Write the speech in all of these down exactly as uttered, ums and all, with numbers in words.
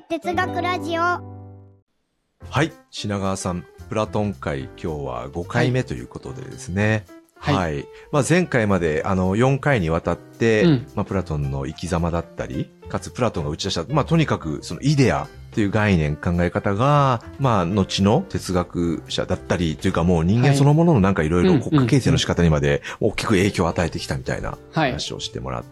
哲学ラジオ。はい、品川さん、プラトン会今日はごかいめということでですね。はい。はい、まあ、前回まであのよんかいにわたって、うん、まあ、プラトンの生き様だったり、かつプラトンが打ち出した、まあ、とにかくそのイデアという概念、考え方が、まあ、後の哲学者だったり、というかもう人間そのもののなんかいろいろ国家形成の仕方にまで大きく影響を与えてきたみたいな話をしてもらって、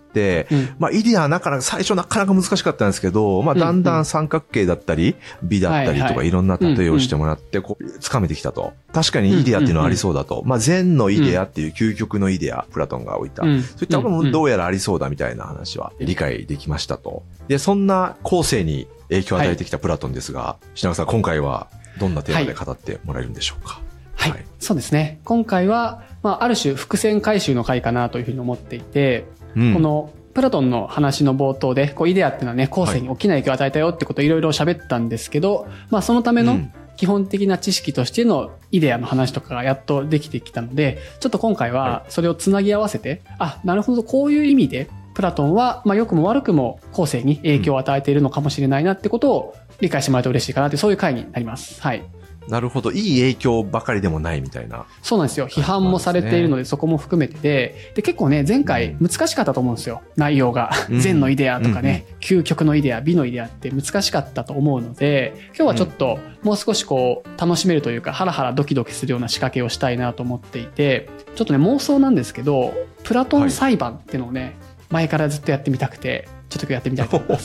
はい、まあ、イデアはなかなか、最初なかなか難しかったんですけど、まあ、だんだん三角形だったり、美だったりとかいろんな例えをしてもらって、こう、掴めてきたと。確かにイデアっていうのはありそうだと。まあ、善のイデアっていう究極のイデア、プラトンが置いた。そういったものもどうやらありそうだみたいな話は理解できましたと。で、そんな後世に影響を与えてきたプラトンですが、はい、品川さん、今回はどんなテーマで語ってもらえるんでしょうか。 はい。はい、そうですね。今回は、まあ、ある種伏線回収の回かなというふうに思っていて、うん、このプラトンの話の冒頭で、こうイデアっていうのはね、後世に大きな影響を与えたよってことをいろいろ喋ったんですけど、まあ、そのための基本的な知識としてのイデアの話とかがやっとできてきたので、ちょっと今回はそれをつなぎ合わせて、あ、なるほど、こういう意味で、プラトンは、まあ、良くも悪くも後世に影響を与えているのかもしれないなってことを理解してもらえると嬉しいかなって、そういう回になります。はい。 なるほど。いい影響ばかりでもないみたいな。 そうなんですよ。批判もされているので、そこも含めてで、で、結構ね、前回難しかったと思うんですよ。内容が。善のイデアとかね、究極のイデア、美のイデアって難しかったと思うので、今日はちょっともう少しこう、楽しめるというか、ハラハラドキドキするような仕掛けをしたいなと思っていて、ちょっとね、妄想なんですけど、プラトン裁判っていうのをね、はい、前からずっとやってみたくて、ちょっと今日やってみたいと思います。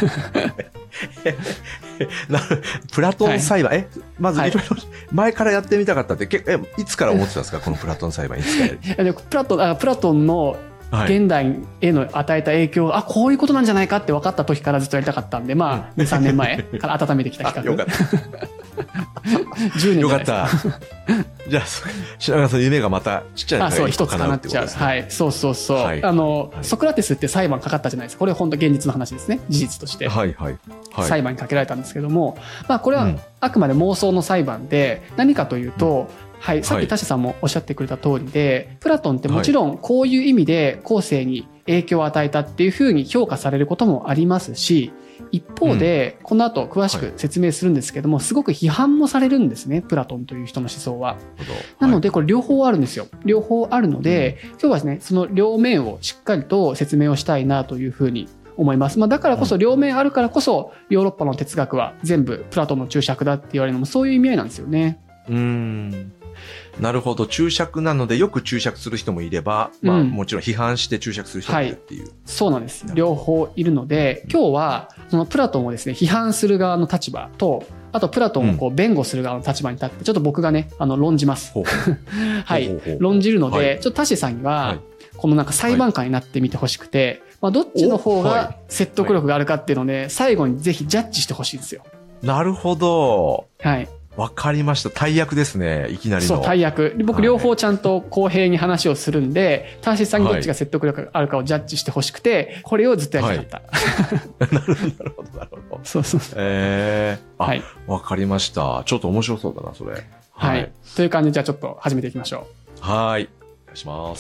プラトン裁判、はい、え、まずいろいろ前からやってみたかったって、え、いつから思ってたんですかこのプラトン裁判いつからやるプラトン、あ、プラトンの現代への与えた影響、はい、あ、こういうことなんじゃないかって分かった時からずっとやりたかったんで、まあ、に、さんねんまえから温めてきた企画。 よかった。じゅうねんじゃないですか。よかった。じゃあ、品川さんの夢がまたちっちゃいのが一つ叶うってことですね。はい、そうそうそう。はい、あの、はい、ソクラテスって裁判かかったじゃないですか。これ本当現実の話ですね。事実として。はいはいはい、裁判にかけられたんですけども、まあこれはあくまで妄想の裁判で、何かというと、うんはい、さっきタシさんもおっしゃってくれた通りで、はい、プラトンってもちろんこういう意味で後世に影響を与えたっていうふうに評価されることもありますし、一方で、この後詳しく説明するんですけども、すごく批判もされるんですね、プラトンという人の思想は。なので、これ両方あるんですよ。両方あるので、今日はですね、その両面をしっかりと説明をしたいなというふうに思います。まあ、だからこそ両面あるからこそ、ヨーロッパの哲学は全部プラトンの注釈だって言われるのもそういう意味合いなんですよね。 うーん。なるほど。注釈なのでよく注釈する人もいれば、まあ、うん、もちろん批判して注釈する人もいるっていう、はい、 そうなんです。両方いるので、今日はそのプラトンをですね批判する側の立場と、あとプラトンをこう弁護する側の立場に立ってちょっと僕がねあの論じます。はい論じるので、はい、ちょっとタシさんにはこのなんか裁判官になってみてほしくて、まあ、どっちの方が説得力があるかっていうので、最後にぜひジャッジしてほしいんですよ。 なるほど。 はい。 わかりました。大役ですね。いきなりの。 そう、大役。僕両方ちゃんと公平に話をするんで、ターシーさんにどっちが説得力があるかをジャッジしてほしくて、これをずっとやりたかった。はい、なるほど、なるほど。 そうそう。 えー、あ、はい、わかりました。ちょっと面白そうだな、それ。 はい。はい、という感じで、じゃあちょっと始めていきましょう。はい。お願いします。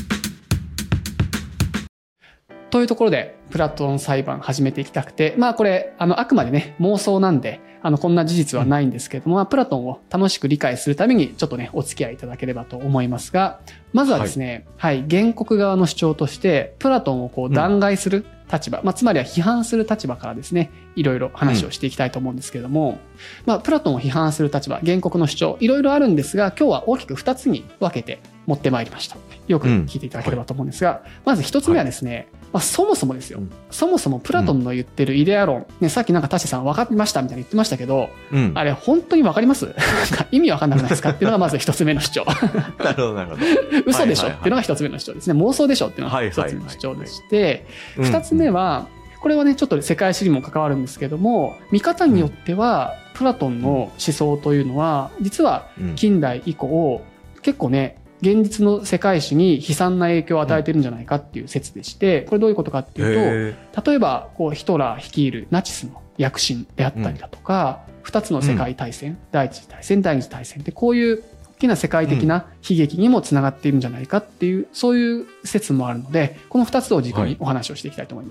というところで、プラトン裁判始めていきたくて、まあこれ、あの、あくまでね、妄想なんで、あの、こんな事実はないんですけれども、まあ、プラトンを楽しく理解するために、ちょっとね、お付き合いいただければと思いますが、まずはですね、はい、はい、原告側の主張として、プラトンをこう弾劾する立場、うん、まあ、つまりは批判する立場からですね、いろいろ話をしていきたいと思うんですけれども、うん、まあ、プラトンを批判する立場、原告の主張、いろいろあるんですが、今日は大きくふたつに分けて持ってまいりました。よく聞いていただければと思うんですが、うんはい、まずひとつめはですね、はいまあ、そもそもですよ、うん、そもそもプラトンの言ってるイデア論、ね、さっきなんかタシさん分かりましたみたいに言ってましたけど、うん、あれ本当に分かります意味分かんなくないですかっていうのがまず一つ目の主張なるほどなるほど嘘でしょっていうのが一つ目の主張ですね。妄想でしょっていうのが一つ目の主張でして、二つ目はこれはねちょっと世界史にも関わるんですけども、見方によってはプラトンの思想というのは実は近代以降結構ね現実の世界史に悲惨な影響を与えてるんじゃないかっていう説でして、これどういうことかっていうと、例えばこうヒトラー率いるナチスの躍進であったりだとか、二つの世界大戦、第一次大戦、第二次大戦ってこういう大きな世界的な悲劇にもつながっているんじゃないかっていう、そういう説もあるので、この二つを軸にお話をしていきたいと思います。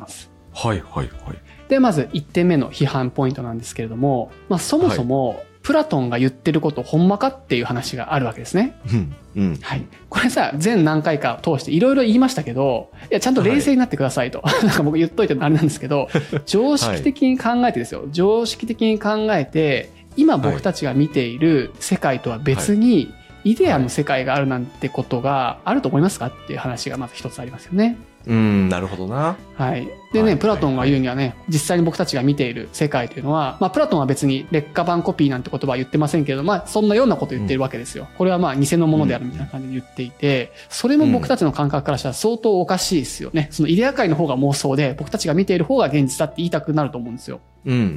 はいはいはい。 で、まずいってんめの批判ポイントなんですけれども、まあそもそも、はい、プラトンが言ってることほんまかっていう話があるわけですね。 うんうん、 はい。これさ、全何回か通していろいろ言いましたけど、いや、ちゃんと冷静になってくださいと。はい、なんか僕言っといてあれなんですけど、常識的に考えてですよ。はい、常識的に考えて、今僕たちが見ている世界とは別に、イデアの世界があるなんてことがあると思いますかっていう話がまず一つありますよね。 うん、なるほどな。 はい。でね、はい、プラトンが言うにはね、はい、実際に僕たちが見ている世界というのは、まあ、プラトンは別に劣化版コピーなんて言葉は言ってませんけれど、まあ、そんなようなことを言ってるわけですよ。うん、これはまあ、偽のものであるみたいな感じで言っていて、それも僕たちの感覚からしたら相当おかしいですよね。そのイデア界の方が妄想で、僕たちが見ている方が現実だって言いたくなると思うんですよ。 うんうんうん。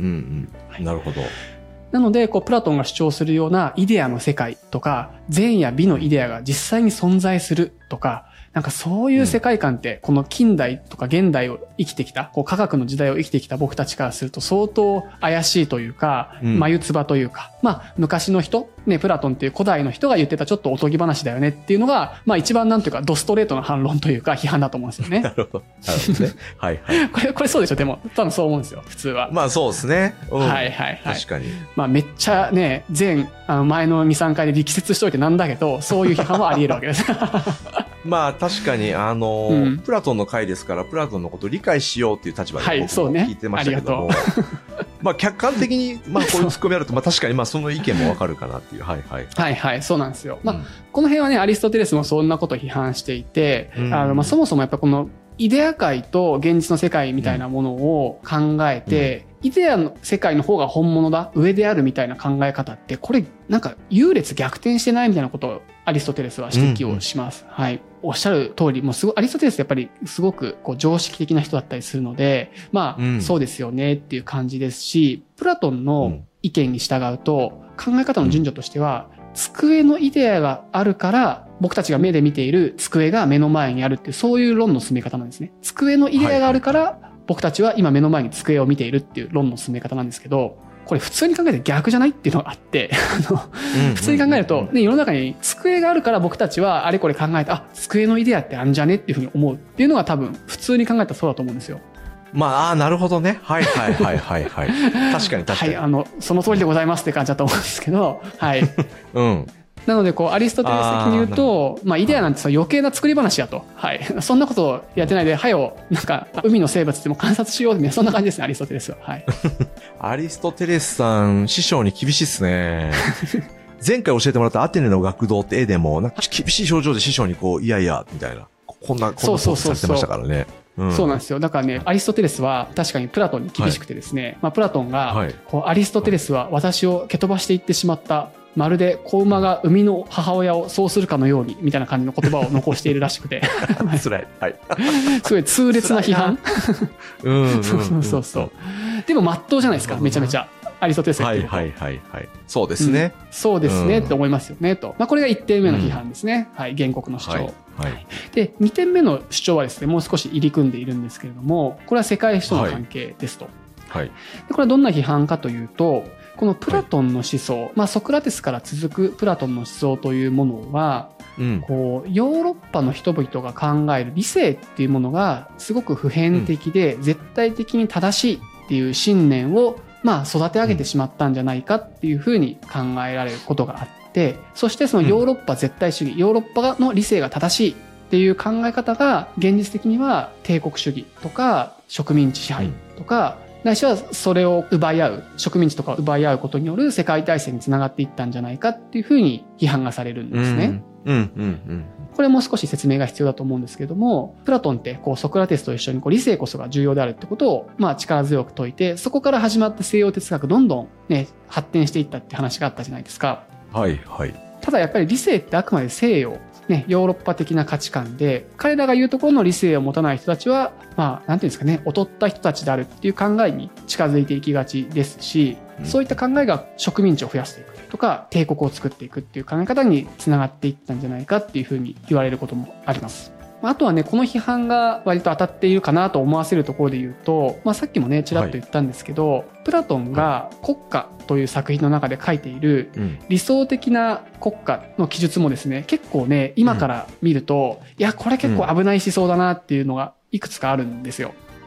はい、なるほど。 なので、こう、プラトンが主張するようなイデアの世界とか、善や美のイデアが実際に存在するとか、なんかそういう世界観って、この近代とか現代を生きてきた、こう科学の時代を生きてきた僕たちからすると相当怪しいというか、眉唾というか、まあ昔の人、ね、プラトンっていう古代の人が言ってたちょっとおとぎ話だよねっていうのが、まあ一番なんていうかドストレートな反論というか批判だと思うんですよね。 なるほど。なるほどね。はいはい。 これ、これそうでしょでも、多分そう思うんですよ、普通は。 まあそうですね。 うん、はいはいはい。 確かに。 まあめっちゃね、前、あの前のに、さんかいで力説しといてなんだけど、そういう批判はあり得るわけです。 まあ確かに、あの、うん、プラトンの回ですから、プラトンのことを理解しようっていう立場で僕も聞いてましたけども、はいね、まあ客観的に、まあこういうツッコミあると、まあ確かにまあその意見もわかるかなっていう、はいはい。 はいはい、そうなんですよ。まあ、うん、この辺はね、アリストテレスもそんなことを批判していて、うん、あのまあそもそもやっぱこのイデア界と現実の世界みたいなものを考えて、うん、イデアの世界の方が本物だ、上であるみたいな考え方って、これなんか優劣逆転してないみたいなことをアリストテレスは指摘をします。うんうん、はい。おっしゃる通り、もうすごい、アリストテレスやっぱりすごくこう常識的な人だったりするので、まあ、うん、そうですよねっていう感じですし、プラトンの意見に従うと、考え方の順序としては、うん、机のイデアがあるから、僕たちが目で見ている机が目の前にあるっていう、そういう論の進め方なんですね。机のイデアがあるから、僕たちは今目の前に机を見ているっていう論の進め方なんですけど、これ普通に考えて逆じゃないっていうのがあって、あの、普通に考えると、ね、世の中に机があるから僕たちはあれこれ考えて、あ、机のイデアってあんじゃねっていうふうに思うっていうのが多分普通に考えたらそうだと思うんですよ。 まあ、あなるほどね。はいはいはいはいはい。確かに確かに。 はい、あの、その通りでございますって感じだと思うんですけど、はい。 うん。 なので、こう、アリストテレス的に言うと、まあ、イデアなんてその余計な作り話やと。はい。そんなことをやってないで、はよ、なんか、海の生物でも観察しようみたいな、そんな感じですね、アリストテレスは。はい。 アリストテレスさん、師匠に厳しいっすね。前回教えてもらったアテネの学童って絵でも、なんか厳しい表情で師匠にこう、いやいや、みたいな、こんな、こんなことされてましたからね。うん、 そうなんですよ。だからね、アリストテレスは確かにプラトンに厳しくてですね、はい、まあ、プラトンが、はい、こう、アリストテレスは私を蹴飛ばしていってしまった。まるで子馬が生みの母親をそうするかのようにみたいな感じの言葉を残しているらしくて辛い、はい、 すごい痛烈な批判うんうんそうそうそうそうでも真っ当じゃないですか、めちゃめちゃアリストテレスが言ってると、 はいはいはいはい、そうですね、 うん、そうですね、うん、って思いますよねと、まあ、これがいってんめの批判ですね、うん、はい、原告の主張、はいはい、でにてんめの主張はですねもう少し入り組んでいるんですけれども、これは世界史との関係ですと、はいはい、でこれはどんな批判かというと、このプラトンの思想、はい、まあ、ソクラテスから続くプラトンの思想というものは、うん、こうヨーロッパの人々が考える理性っていうものがすごく普遍的で絶対的に正しいっていう信念をまあ育て上げてしまったんじゃないかっていうふうに考えられることがあって、そしてそのヨーロッパ絶対主義、ヨーロッパの理性が正しいっていう考え方が現実的には帝国主義とか植民地支配とか、ないしはそれを奪い合う、植民地とかを奪い合うことによる世界大戦につながっていったんじゃないかっていうふうに批判がされるんですね。うんうんうんうん、これも少し説明が必要だと思うんですけども、プラトンってこうソクラテスと一緒にこう理性こそが重要であるってことをまあ力強く説いて、そこから始まった西洋哲学どんどんね発展していったって話があったじゃないですか。 はいはい。 ただやっぱり理性ってあくまで西洋ね、ヨーロッパ的な価値観で、彼らが言うところの理性を持たない人たちは、まあ、なんていうんですかね、劣った人たちであるっていう考えに近づいていきがちですし、うん、そういった考えが植民地を増やしていくとか、帝国を作っていくっていう考え方につながっていったんじゃないかっていうふうに言われることもあります。あとはね、この批判が割と当たっているかなと思わせるところで言うと、まあ、さっきもね、ちらっと言ったんですけど、はい、プラトンが国家という作品の中で書いている理想的な国家の記述もですね、結構ね、今から見ると、うん、いや、これ結構危ない思想だなっていうのがいくつかあるんですよ。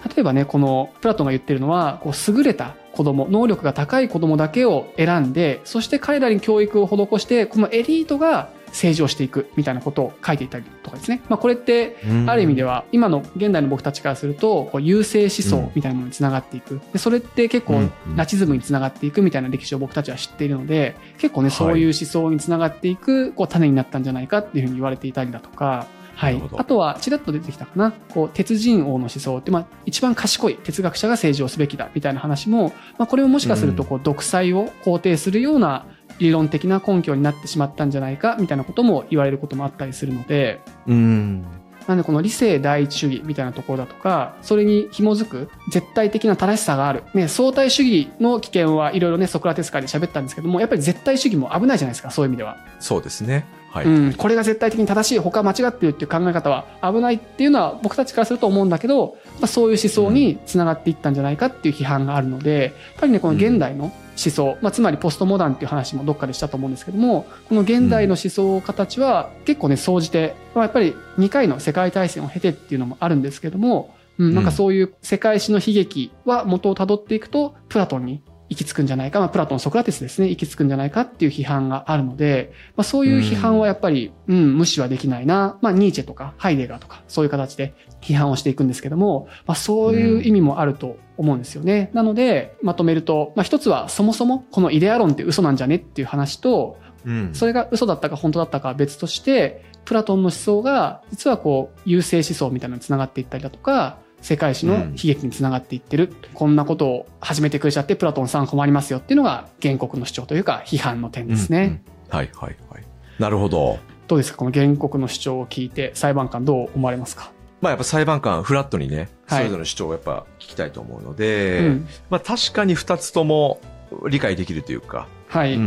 例えばね、このプラトンが言ってるのは、こう優れた子供、能力が高い子供だけを選んで、そして彼らに教育を施して、このエリートが成長していくみたいなことを書いていたりとかですね。まあこれってある意味では今の現代の僕たちからするとこう優勢思想みたいなものにつながっていく。でそれって結構ナチズムにつながっていくみたいな歴史を僕たちは知っているので、結構ねそういう思想につながっていくこう種になったんじゃないかっていうふうに言われていたりだとか。はい。あとは、ちらっと出てきたかな。こう、鉄人王の思想って、まあ、一番賢い哲学者が政治をすべきだ、みたいな話も、まあ、これをもしかすると、こう、独裁を肯定するような理論的な根拠になってしまったんじゃないか、みたいなことも言われることもあったりするので、 うん。 なんで、この理性第一主義みたいなところだとか、それに紐づく絶対的な正しさがある。ね、相対主義の危険はいろいろね、ソクラテス会で喋ったんですけども、やっぱり絶対主義も危ないじゃないですか、そういう意味では。 そうですね。はい、 うん、これが絶対的に正しい、他は間違ってるっていう考え方は危ないっていうのは僕たちからすると思うんだけど、まあ、そういう思想につながっていったんじゃないかっていう批判があるので、やっぱりね、この現代の思想、まあ、つまりポストモダンっていう話もどっかでしたと思うんですけども、この現代の思想たちは結構ね、総じて、まあ、やっぱりにかいの世界大戦を経てっていうのもあるんですけども、うん、なんかそういう世界史の悲劇は元をたどっていくと、プラトンに行き着くんじゃないか、まあ、プラトン、ソクラテスですね、行き着くんじゃないかっていう批判があるので、まあ、そういう批判はやっぱり、うん、うん、無視はできないな。まあ、ニーチェとか、ハイデガーとか、そういう形で批判をしていくんですけども、まあ、そういう意味もあると思うんですよね。なので、まとめると、まあ、一つは、そもそも、このイデア論って嘘なんじゃねっていう話と、うん、それが嘘だったか本当だったかは別として、プラトンの思想が、実はこう、優勢思想みたいなのにつながっていったりだとか、世界史の悲劇につながっていってる、うん、こんなことを始めてくれちゃってプラトンさん困りますよっていうのが原告の主張というか批判の点ですね、 うんうん、はいはいはい。なるほど。 どうですか、この原告の主張を聞いて裁判官どう思われますか？ まあやっぱ裁判官フラットにね、それぞれの主張をやっぱ聞きたいと思うので、はい、うん、まあ確かに二つとも理解できるというか、 はい、うん、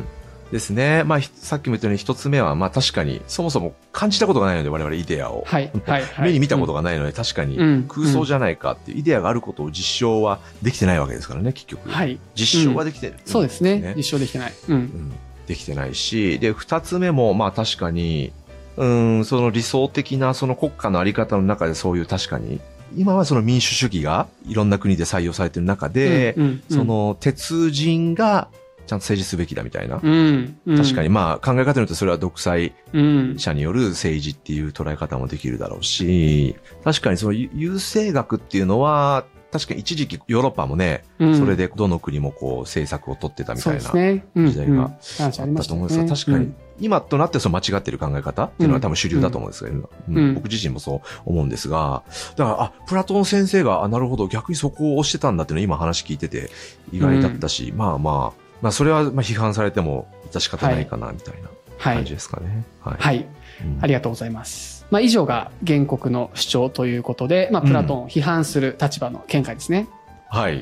ですね。まあ、さっきも言ったように一つ目は、まあ確かに、そもそも感じたことがないので、我々イデアを。 はい。はい。 目に見たことがないので、確かに空想じゃないかっていう、イデアがあることを実証はできてないわけですからね、結局。 はい。 実証はできてる、 うん。そうですね。実証できてない。うん。うん、 できてないし、で、二つ目も、まあ確かに、うん、その理想的なその国家のあり方の中でそういう確かに、今はその民主主義がいろんな国で採用されている中で、うんうんうん、その鉄人が、ちゃんと政治すべきだみたいな、 うんうん、 確かにまあ考え方によってそれは独裁者による政治っていう捉え方もできるだろうし、確かにその優勢学っていうのは確かに一時期ヨーロッパもね、うん、それでどの国もこう政策を取ってたみたいな時代があったと思うんですが、確かに今となってその間違ってる考え方っていうのは多分主流だと思うんですけど、うんうん、僕自身もそう思うんですが、だからあプラトン先生があなるほど逆にそこを推してたんだっていうのを今話聞いてて意外だったし、うん、まあまあまあそれはまあ批判されても致し方ないかなみたいな感じですかね。 はい。はいはいうん、ありがとうございます。まあ以上が原告の主張ということで、まあプラトンを批判する立場の見解ですね。 うん、はい。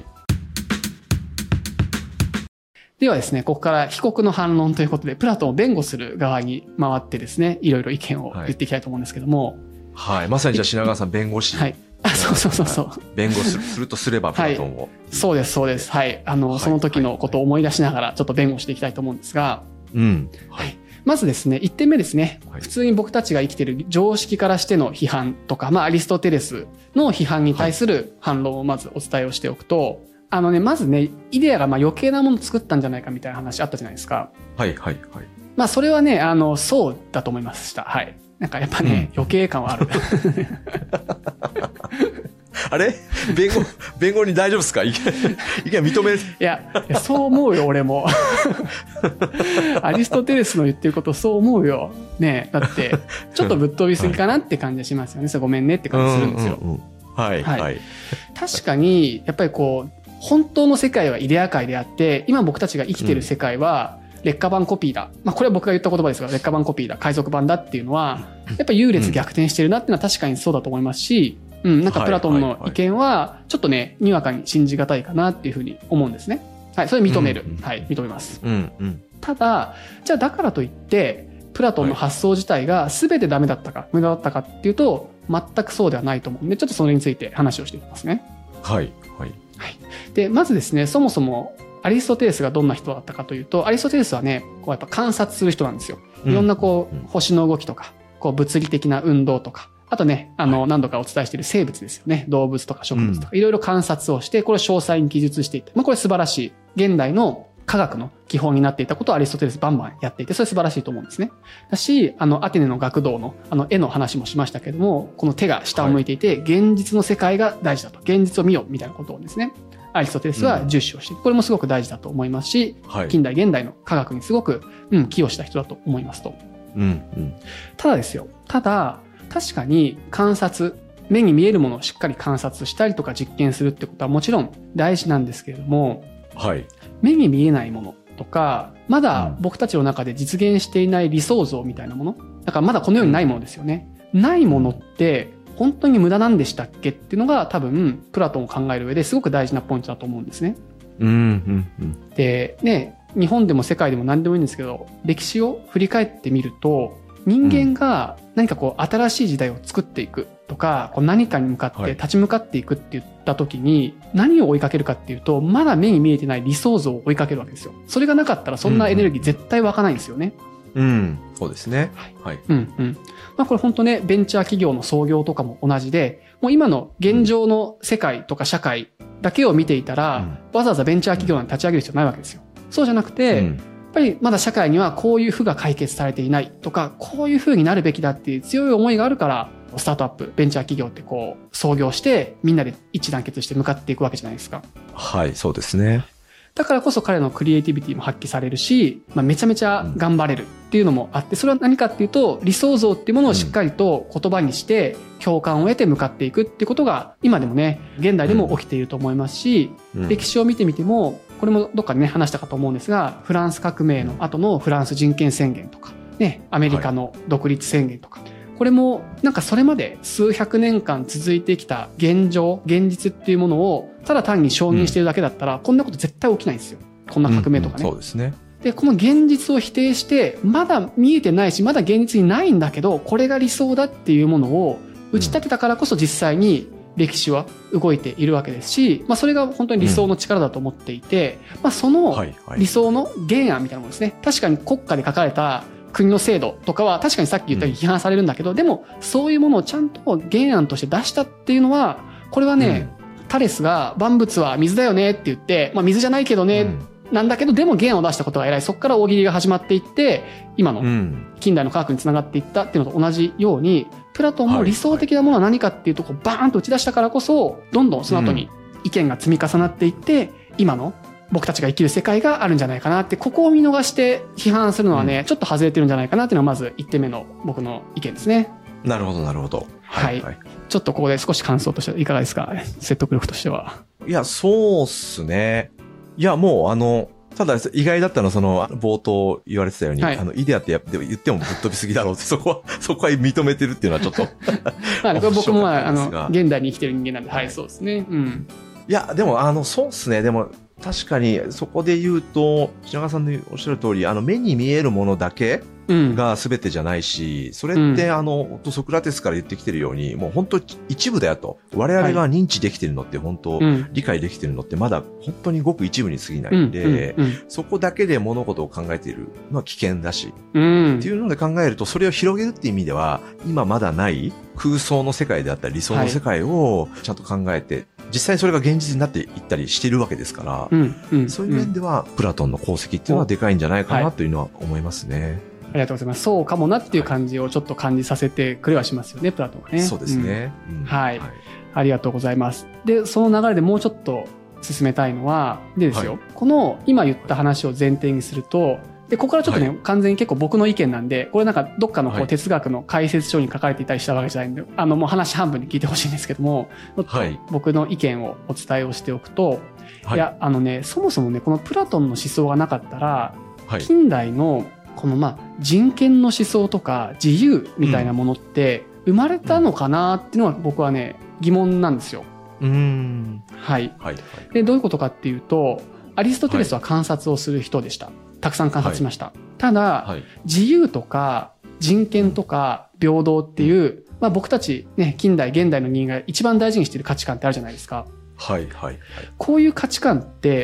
ではですね、ここから被告の反論ということで、プラトンを弁護する側に回ってですね、いろいろ意見を言っていきたいと思うんですけども。 はい。はい、まさにじゃあ品川さん弁護士。 はい。あ、そうそうそうそう。 弁護する、するとすれば、プラトンを、 はい。そうです、そうです。はい。あの、はい、その時のことを思い出しながら、ちょっと弁護していきたいと思うんですが。 うん。 はい。まずですね、いってんめですね。はい、普通に僕たちが生きている常識からしての批判とか、まあ、アリストテレスの批判に対する反論をまずお伝えをしておくと、はい、あのね、まずね、イデアがまあ余計なものを作ったんじゃないかみたいな話あったじゃないですか。 はい、はい、はい。 まあ、それはね、あの、そうだと思いました。はい。なんかやっぱね、うん、余計感はある。 あれ弁護、弁護人大丈夫ですか？いきなり認める。 いや、いやそう思うよ、俺も。アリストテレスの言ってることそう思うよ。ねえ、だって、ちょっとぶっ飛びすぎかなって感じがしますよね。それごめんねって感じするんですよ。 うんうんうん、はい、はい、はい。 確かに、やっぱりこう、本当の世界はイデア界であって、今僕たちが生きてる世界は、劣化版コピーだ。まあこれは僕が言った言葉ですが、劣化版コピーだ、海賊版だっていうのは、やっぱり優劣逆転してるなっていうのは確かにそうだと思いますし、うん、なんかプラトンの意見は、ちょっとね、にわかに信じがたいかなっていうふうに思うんですね。はい、それ認める。うんうん、はい、認めます。 うんうん、 ただ、じゃあだからといって、プラトンの発想自体が全てダメだったか、無駄だったかっていうと、全くそうではないと思うんで、ちょっとそれについて話をしていきますね。 はい、はい。 はい。で、まずですね、そもそも、アリストテレスがどんな人だったかというと、アリストテレスはね、こうやっぱ観察する人なんですよ。いろんなこう、うん、星の動きとか、こう物理的な運動とか、 あとね、あの、何度かお伝えしている生物ですよね。動物とか植物とか、いろいろ観察をして、これを詳細に記述していて、まあこれ素晴らしい。現代の科学の基本になっていたことをアリストテレスバンバンやっていて、それ素晴らしいと思うんですね。だし、あの、アテネの学童の、あの、絵の話もしましたけども、この手が下を向いていて、現実の世界が大事だと。現実を見ようみたいなことをですね、アリストテレスは重視をしている。これもすごく大事だと思いますし、はい、近代現代の科学にすごく、うん、寄与した人だと思いますと。 うんうん、 ただですよ。ただ、確かに観察、目に見えるものをしっかり観察したりとか実験するってことはもちろん大事なんですけれども、 はい、 目に見えないものとか、まだ僕たちの中で実現していない理想像みたいなもの、だからまだこの世にないものですよね。ないものって本当に無駄なんでしたっけっていうのが多分プラトンを考える上ですごく大事なポイントだと思うんですね。 うんうんうん、 で、ね、日本でも世界でも何でもいいんですけど、歴史を振り返ってみると、人間が何かこう新しい時代を作っていくとか、こう何かに向かって立ち向かっていくって言った時に何を追いかけるかっていうと、まだ目に見えてない理想像を追いかけるわけですよ。それがなかったらそんなエネルギー絶対湧かないんですよね。 うん、うん、そうですね。 はい。うんうん。まあこれ本当ね、ベンチャー企業の創業とかも同じで、もう今の現状の世界とか社会だけを見ていたら、うん、わざわざベンチャー企業なんて立ち上げる必要ないわけですよ。そうじゃなくて、うんやっぱりまだ社会にはこういう負が解決されていないとか、こういう風になるべきだっていう強い思いがあるから、スタートアップ、ベンチャー企業ってこう、創業して、みんなで一致団結して向かっていくわけじゃないですか。 はい、そうですね。 だからこそ彼のクリエイティビティも発揮されるし、まあ、めちゃめちゃ頑張れるっていうのもあって、それは何かっていうと、理想像っていうものをしっかりと言葉にして、共感を得て向かっていくっていうことが、今でもね、現代でも起きていると思いますし、うん、歴史を見てみても、これもどっかでね、話したかと思うんですが、フランス革命の後のフランス人権宣言とか、ね、アメリカの独立宣言とか、はい、これもなんかそれまで数百年間続いてきた現状、現実っていうものを、ただ単に承認しているだけだったら、うん、こんなこと絶対起きないんですよ。こんな革命とかね。 うんうん、そうですね。 で、この現実を否定して、まだ見えてないし、まだ現実にないんだけど、これが理想だっていうものを打ち立てたからこそ実際に歴史は動いているわけですし、まあそれが本当に理想の力だと思っていて、うん、まあその理想の原案みたいなものですね。確かに国家で書かれた国の制度とかは確かにさっき言ったように批判されるんだけど、うん、でもそういうものをちゃんと原案として出したっていうのは、これはね、うん、タレスが万物は水だよねって言って、まあ水じゃないけどね、うんなんだけど、でも原案を出したことが偉い。そこから大喜利が始まっていって、今の近代の科学につながっていったっていうのと同じように、プラトンも理想的なものは何かっていうとこをバーンと打ち出したからこそ、どんどんその後に意見が積み重なっていって、今の僕たちが生きる世界があるんじゃないかなって、ここを見逃して批判するのはね、ちょっと外れてるんじゃないかなっていうのはまずいってんめの僕の意見ですね。 なるほど、なるほど。 はい。はい、ちょっとここで少し感想としてはいかがですか？説得力としては。 いや、そうっすね。いや、もうあの、ただ意外だったのはその冒頭言われてたように、はい、あのイデアってや言ってもぶっ飛びすぎだろうってそこはそこは認めてるっていうのはちょっとまあ、ね、これ僕もまああの現代に生きてる人間なんで、はい、そうですね。うん。 いやでもあのそうですね。でも確かにそこで言うと品川さんのおっしゃる通りあの目に見えるものだけが全てじゃないし、うん、それってあのソクラテスから言ってきてるようにもう本当一部だよと我々が認知できてるのって本当、はい、理解できてるのってまだ本当にごく一部に過ぎないんで、うんうんうん、そこだけで物事を考えているのは危険だし、うん、っていうので考えるとそれを広げるっていう意味では今まだない空想の世界であったり理想の世界をちゃんと考えて、はい、実際にそれが現実になっていったりしているわけですから、うんうん、そういう面ではプラトンの功績っていうのはでかいんじゃないかなというのは思いますね。はい、 ありがとうございます。そうかもなっていう感じをちょっと感じさせてくれはしますよね、プラトンはね。 そうですね。 うんうん、はい、はい。ありがとうございます。で、その流れでもうちょっと進めたいのは、でですよ、はい、この今言った話を前提にすると、で、ここからちょっとね、はい、完全に結構僕の意見なんで、これなんかどっかのこう哲学の解説書に書かれていたりしたわけじゃないんで、あのもう話半分に聞いてほしいんですけども、はい、僕の意見をお伝えをしておくと、はい、いや、あのね、そもそもね、このプラトンの思想がなかったら、はい、近代のこのまあ人権の思想とか自由みたいなものって生まれたのかなっていうのは僕はね、疑問なんですよ。 うーん。 はい。はい。で、どういうことかっていうと、アリストテレスは観察をする人でした。たくさん観察しました。はい、ただ、はい、自由とか人権とか平等っていう、まあ僕たちね、近代、現代の人間が一番大事にしている価値観ってあるじゃないですか。 はい、はい、はい。 こういう価値観って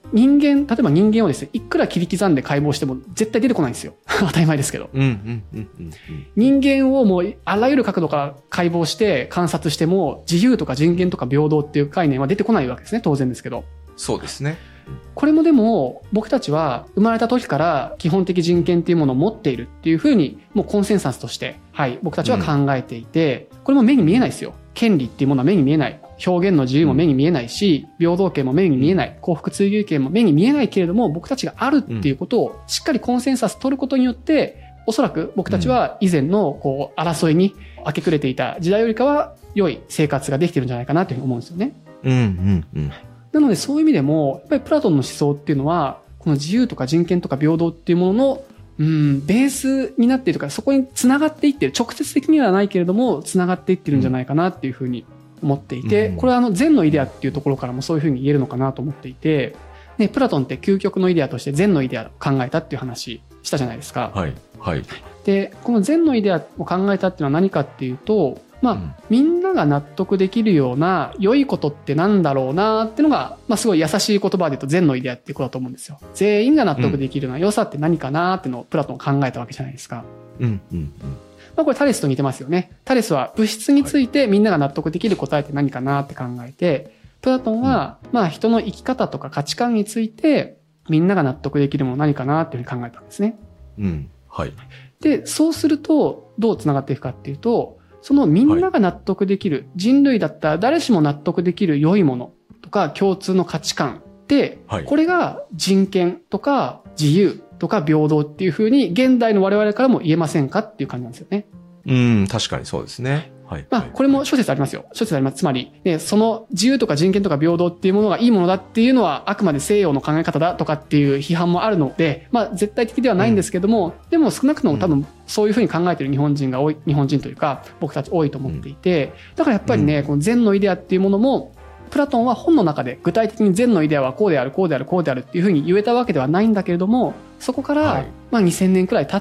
人間、例えば人間をですね、いくら切り刻んで解剖しても絶対出てこないんですよ。当たり前ですけど。 うんうんうんうん、 人間をもうあらゆる角度から解剖して観察しても、自由とか人権とか平等っていう概念は出てこないわけですね。当然ですけど。 そうですね。 これもでも僕たちは生まれた時から基本的人権っていうものを持っているっていうふうにもうコンセンサスとして、はい、僕たちは考えていて、これも目に見えないですよ。権利っていうものは目に見えない。表現の自由も目に見えないし、平等権も目に見えない。幸福追求権も目に見えないけれども、僕たちがあるっていうことをしっかりコンセンサス取ることによって、おそらく僕たちは以前のこう争いに明け暮れていた時代よりかは良い生活ができてるんじゃないかなというふうに思うんですよね。 うんうんうん。 なのでそういう意味でも、やっぱりプラトンの思想っていうのは、この自由とか人権とか平等っていうものの、うん、ベースになっているとか、そこに繋がっていってる。直接的にはないけれども、繋がっていってるんじゃないかなっていうふうに思っていて、これはあの善のイデアっていうところからもそういうふうに言えるのかなと思っていて、ね、プラトンって究極のイデアとして善のイデアを考えたっていう話したじゃないですか。 はい。はい。 で、この善のイデアを考えたっていうのは何かっていうと、まあ、うん、みんなが納得できるような良いことってなんだろうなっていうのが、まあすごい優しい言葉で言うと善のイデアっていうことだと思うんですよ。全員が納得できるような良さって何かなっていうのをプラトン考えたわけじゃないですか。 うんうんうん。 まあこれタレスと似てますよね。タレスは物質についてみんなが納得できる答えって何かなって考えて、プラトンはまあ人の生き方とか価値観についてみんなが納得できるもの何かなっていうふうに考えたんですね。 うん。はい。 で、そうするとどうつながっていくかっていうと、そのみんなが納得できる、はい、人類だったら誰しも納得できる良いものとか共通の価値観で、はい、これが人権とか自由とか平等っていう風に現代の我々からも言えませんかっていう感じなんですよね。 うん、確かにそうですね。はい。 まあ、これも諸説ありますよ。諸説あります。つまり、ね、その自由とか人権とか平等っていうものがいいものだっていうのはあくまで西洋の考え方だとかっていう批判もあるので、まあ絶対的ではないんですけども、うん、でも少なくとも多分そういうふうに考えている日本人が多い、日本人というか僕たち多いと思っていて、だからやっぱりね、この善のイデアっていうものも、プラトンは本の中で具体的に善のイデアはこうである、こうである、こうであるっていうふうに言えたわけではないんだけれども、そこからまあにせんねんくらい経って、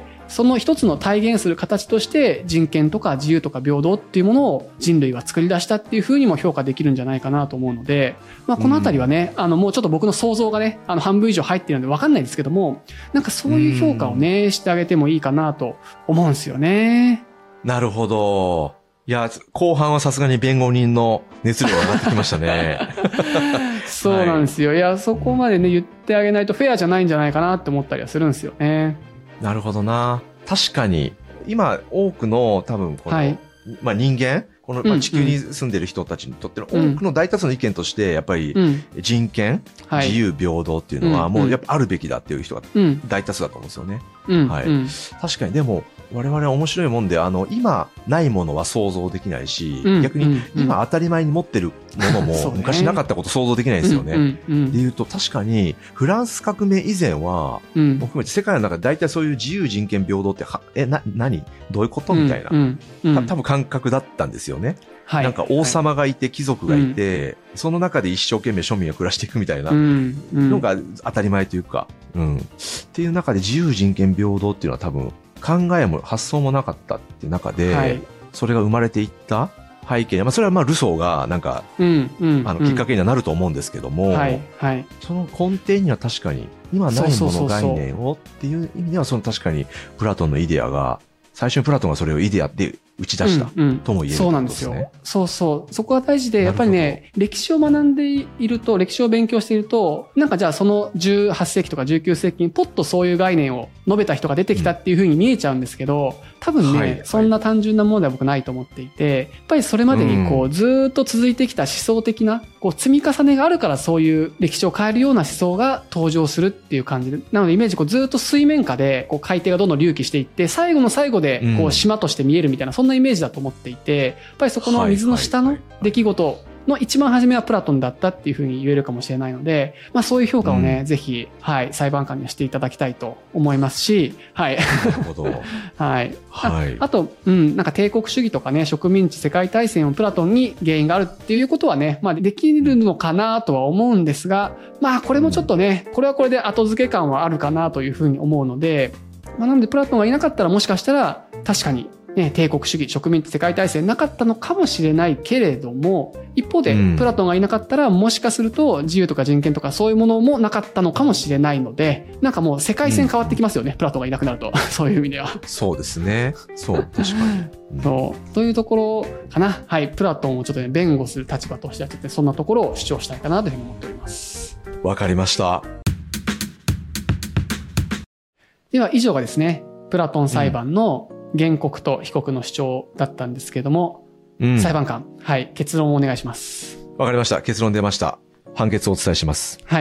その一つの体現する形として人権とか自由とか平等っていうものを人類は作り出したっていうふうにも評価できるんじゃないかなと思うので、まあこのあたりはね、あのもうちょっと僕の想像がね、あの半分以上入っているので分かんないですけども、なんかそういう評価をね、してあげてもいいかなと思うんですよね。 なるほど。いや、後半はさすがに弁護人の熱量が上がってきましたね。 そうなんですよ。はい、いや、そこまでね、言ってあげないとフェアじゃないんじゃないかなって思ったりはするんですよね。 なるほどな。確かに、今、多くの多分この、はい、まあ人間、この、まあ、地球に住んでる人たちにとっての多くの大多数の意見として、やっぱり人権、うん、自由、平等っていうのはもうやっぱあるべきだっていう人が大多数だと思うんですよね。うん、はい、うん。確かに、でも、我々は面白いもんで、あの、今ないものは想像できないし、うん、逆に今当たり前に持ってるものも昔なかったこと想像できないですよね。ねうんうん、で言うと確かにフランス革命以前は、うん、含めて世界の中で大体そういう自由人権平等っては、え、な、何どういうことみたいな、うんうんうん、た多分感覚だったんですよね。はい、なんか王様がいて貴族がいて、はい、その中で一生懸命庶民が暮らしていくみたいなのが当たり前というか、うん、っていう中で自由人権平等っていうのは多分考えも発想もなかったっていう中で、はい、それが生まれていった背景、まあそれはまあルソーがなんか、うんうん、あのきっかけにはなると思うんですけども、はいはい、その根底には確かに今ないもの概念をっていう意味ではその確かにプラトンのイデアが最初にプラトンがそれをイデアって打ち出したとも言える、ねうんうん、そうなんですよ。 そうそう。そこが大事で、やっぱりね、歴史を学んでいると、歴史を勉強していると、なんかじゃあそのじゅうはっせいきとかじゅうきゅうせいきにポッとそういう概念を述べた人が出てきたっていう風に見えちゃうんですけど、多分ね、はい、そんな単純なものでは僕ないと思っていて、やっぱりそれまでにこう、ずーっと続いてきた思想的な、こう、積み重ねがあるからそういう歴史を変えるような思想が登場するっていう感じで、なのでイメージこう、ずーっと水面下で、こう、海底がどんどん隆起していって、最後の最後で、こう、島として見えるみたいな、そんなイメージだと思っていて、やっぱりそこの水の下の出来事の一番初めはプラトンだったっていうふうに言えるかもしれないので、まあそういう評価をね、うん、ぜひ、はい、裁判官にはしていただきたいと思いますし、はい。なるほど。はい。はい。あと、うん、なんか帝国主義とかね、植民地世界大戦をプラトンに原因があるっていうことはね、まあできるのかなとは思うんですが、まあこれもちょっとね、これはこれで後付け感はあるかなというふうに思うので、まあなのでプラトンがいなかったらもしかしたら確かにね、帝国主義、植民地世界大戦なかったのかもしれないけれども、一方でプラトンがいなかったら、もしかすると自由とか人権とかそういうものもなかったのかもしれないので、なんかもう世界線変わってきますよね、うん、プラトンがいなくなると。そういう意味では。 そうですね。そう、確かに。 うん、そうというところかな。はい。プラトンをちょっとね、弁護する立場としては、ちょっとね、そんなところを主張したいかなというふうに思っております。 わかりました。 では、以上がですね、プラトン裁判の原告と被告の主張だったんですけれども、うん、裁判官、はい、結論をお願いします。 わかりました。結論出ました。判決をお伝えします。 はい。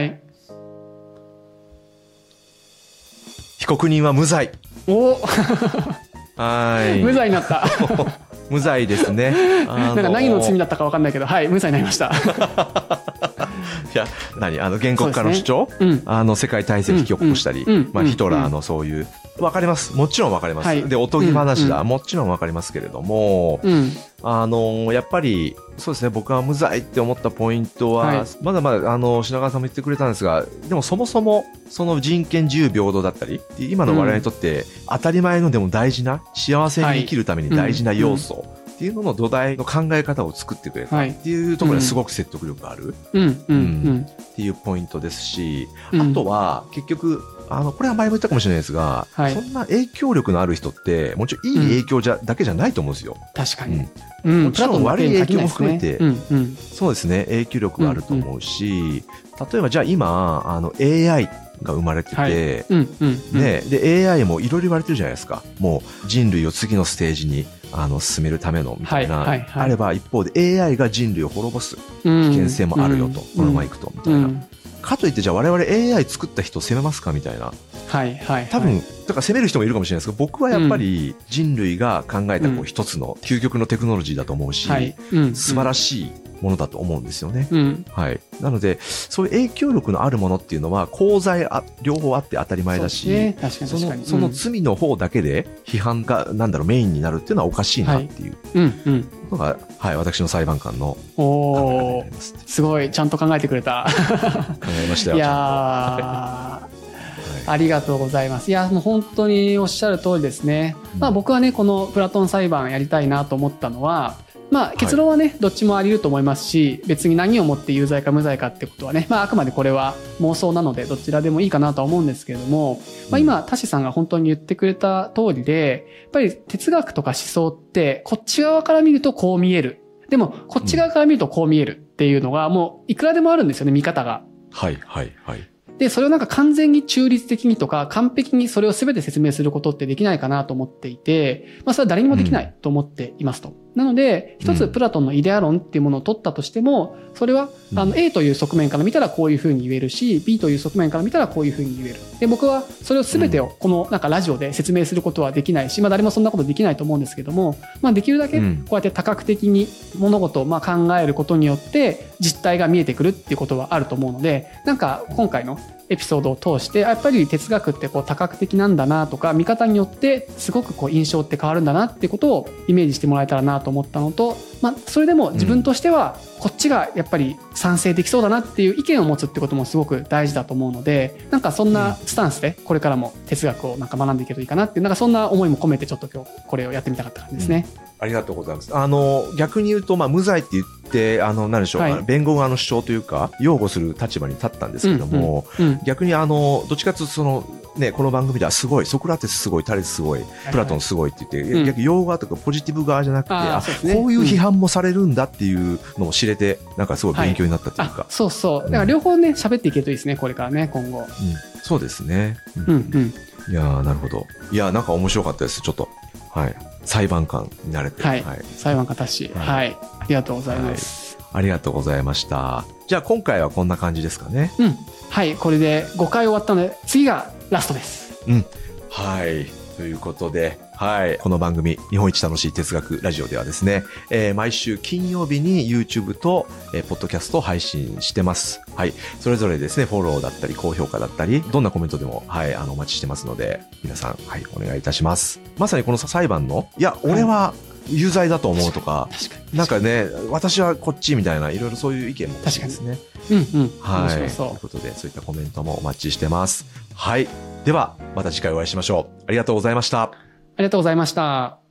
被告人は無罪。 おはい。 無罪になった。 無罪ですね。 なんか何の罪だったか分かんないけど、はい、無罪になりました。 いや、何あの原告からの主張、ね、うん、あの世界大戦引き起こしたり、うんうん、まあ、ヒトラーのそういう、わかります。もちろんわかります。はい、で、おとぎ話だ、うんうん。もちろんわかりますけれども、うん、あの、やっぱり、そうですね、僕は無罪って思ったポイントは、はい、まだまだ、あの、品川さんも言ってくれたんですが、でもそもそも、その人権自由平等だったり、今の我々にとって、当たり前のでも大事な、幸せに生きるために大事な要素、はい、うんうん、っていうのの土台の考え方を作ってくれたっていうところですごく説得力がある、うんうんうん、っていうポイントですし、あとは結局あのこれは前も言ったかもしれないですが、はい、そんな影響力のある人ってもちろんいい影響じゃ、うん、だけじゃないと思うんですよ。 確かに、 うん、もちろん悪い影響も含めて、うんうん、そうですね、影響力があると思うし、うんうん、例えばじゃあ今あの エーアイが生まれてて、はい、うんうんうん、ね、で エーアイ もいろいろ言われてるじゃないですか。もう人類を次のステージにあの進めるためのみたいな、はいはいはい、あれば一方で エーアイ が人類を滅ぼす危険性もあるよと、うん、このままいくとみたいな、うん、かといってじゃあ我々 エーアイ 作った人を責めますかみたいな、はいはいはい、多分だから責める人もいるかもしれないですけど、僕はやっぱり人類が考えたこう一つの究極のテクノロジーだと思うし、はいうん、素晴らしいものだと思うんですよね、うん、はい、なのでそういう影響力のあるものっていうのは功罪あ両方あって当たり前だし、ね、確かに確かに、その、その罪の方だけで批判がなんだろうメインになるっていうのはおかしいなっていうのが、はいうんうん、はい、私の裁判官の考え方になります。 すごいちゃんと考えてくれた。 考えましたよ。いやありがとうございます。いや、もう本当におっしゃる通りですね。うん、まあ僕はね、このプラトン裁判やりたいなと思ったのは、まあ結論はね、はい、どっちもあり得ると思いますし、別に何をもって有罪か無罪かってことはね、まああくまでこれは妄想なのでどちらでもいいかなとは思うんですけれども、まあ今、タシさんが本当に言ってくれた通りで、やっぱり哲学とか思想ってこっち側から見るとこう見える。でもこっち側から見るとこう見えるっていうのがもういくらでもあるんですよね、見方が。 はいはいはい。 で、それをなんか完全に中立的にとか完璧にそれを全て説明することってできないかなと思っていて、まあそれは誰にもできないと思っていますと。うん、なので、一つプラトンのイデア論っていうものを取ったとしても、それはあの A という側面から見たらこういうふうに言えるし、B という側面から見たらこういうふうに言える。で、僕はそれを全てをこのなんかラジオで説明することはできないし、まあ誰もそんなことできないと思うんですけども、まあできるだけこうやって多角的に物事をまあ考えることによって実態が見えてくるっていうことはあると思うので、なんか今回のエピソードを通してやっぱり哲学ってこう多角的なんだなとか見方によってすごくこう印象って変わるんだなってことをイメージしてもらえたらなと思ったのと、まあそれでも自分としてはこっちがやっぱり賛成できそうだなっていう意見を持つってこともすごく大事だと思うので、なんかそんなスタンスでこれからも哲学をなんか学んでいけるといいかなっていう、なんかそんな思いも込めてちょっと今日これをやってみたかった感じですね。 うん、ありがとうございます。あの逆に言うと、まあ無罪って言ってあの何でしょう、はい、弁護側の主張というか擁護する立場に立ったんですけども、うんうんうん、逆にあのどっちかというとそのね、この番組ではすごいソクラテスすごいタレスすごいプラトンすごいって言って、はいはい、逆に用語とかポジティブ側じゃなくて、うん、あ、ね、こういう批判もされるんだっていうのを知れて、なんかすごい勉強になったというか、はい、 そうそう、だから両方ね喋っていけるといいですね、これからね今後、うん、 そうですね、うんうん、 いやーなるほど、いやーなんか面白かったです。ちょっとはい裁判官になれて、 はいはい、裁判官たち、はい、はい、ありがとうございます、 はい、ありがとうございました。じゃあ今回はこんな感じですかね。 うん、はい、これでごかい終わったので次がラストです。 うん、はい、ということで、はい、この番組日本一楽しい哲学ラジオではですね、えー、毎週金曜日に YouTube と、えー、ポッドキャストを配信してます。はい、それぞれですね、フォローだったり高評価だったりどんなコメントでも、はい、あのお待ちしてますので皆さん、はい、お願いいたします。まさにこの裁判のいや俺は有罪だと思うとか、なんかね私はこっちみたいないろいろそういう意見も欲しいですね。 うんうん、 はい、ということでそういったコメントもお待ちしてます。はい、ではまた次回お会いしましょう。ありがとうございました。 ありがとうございました。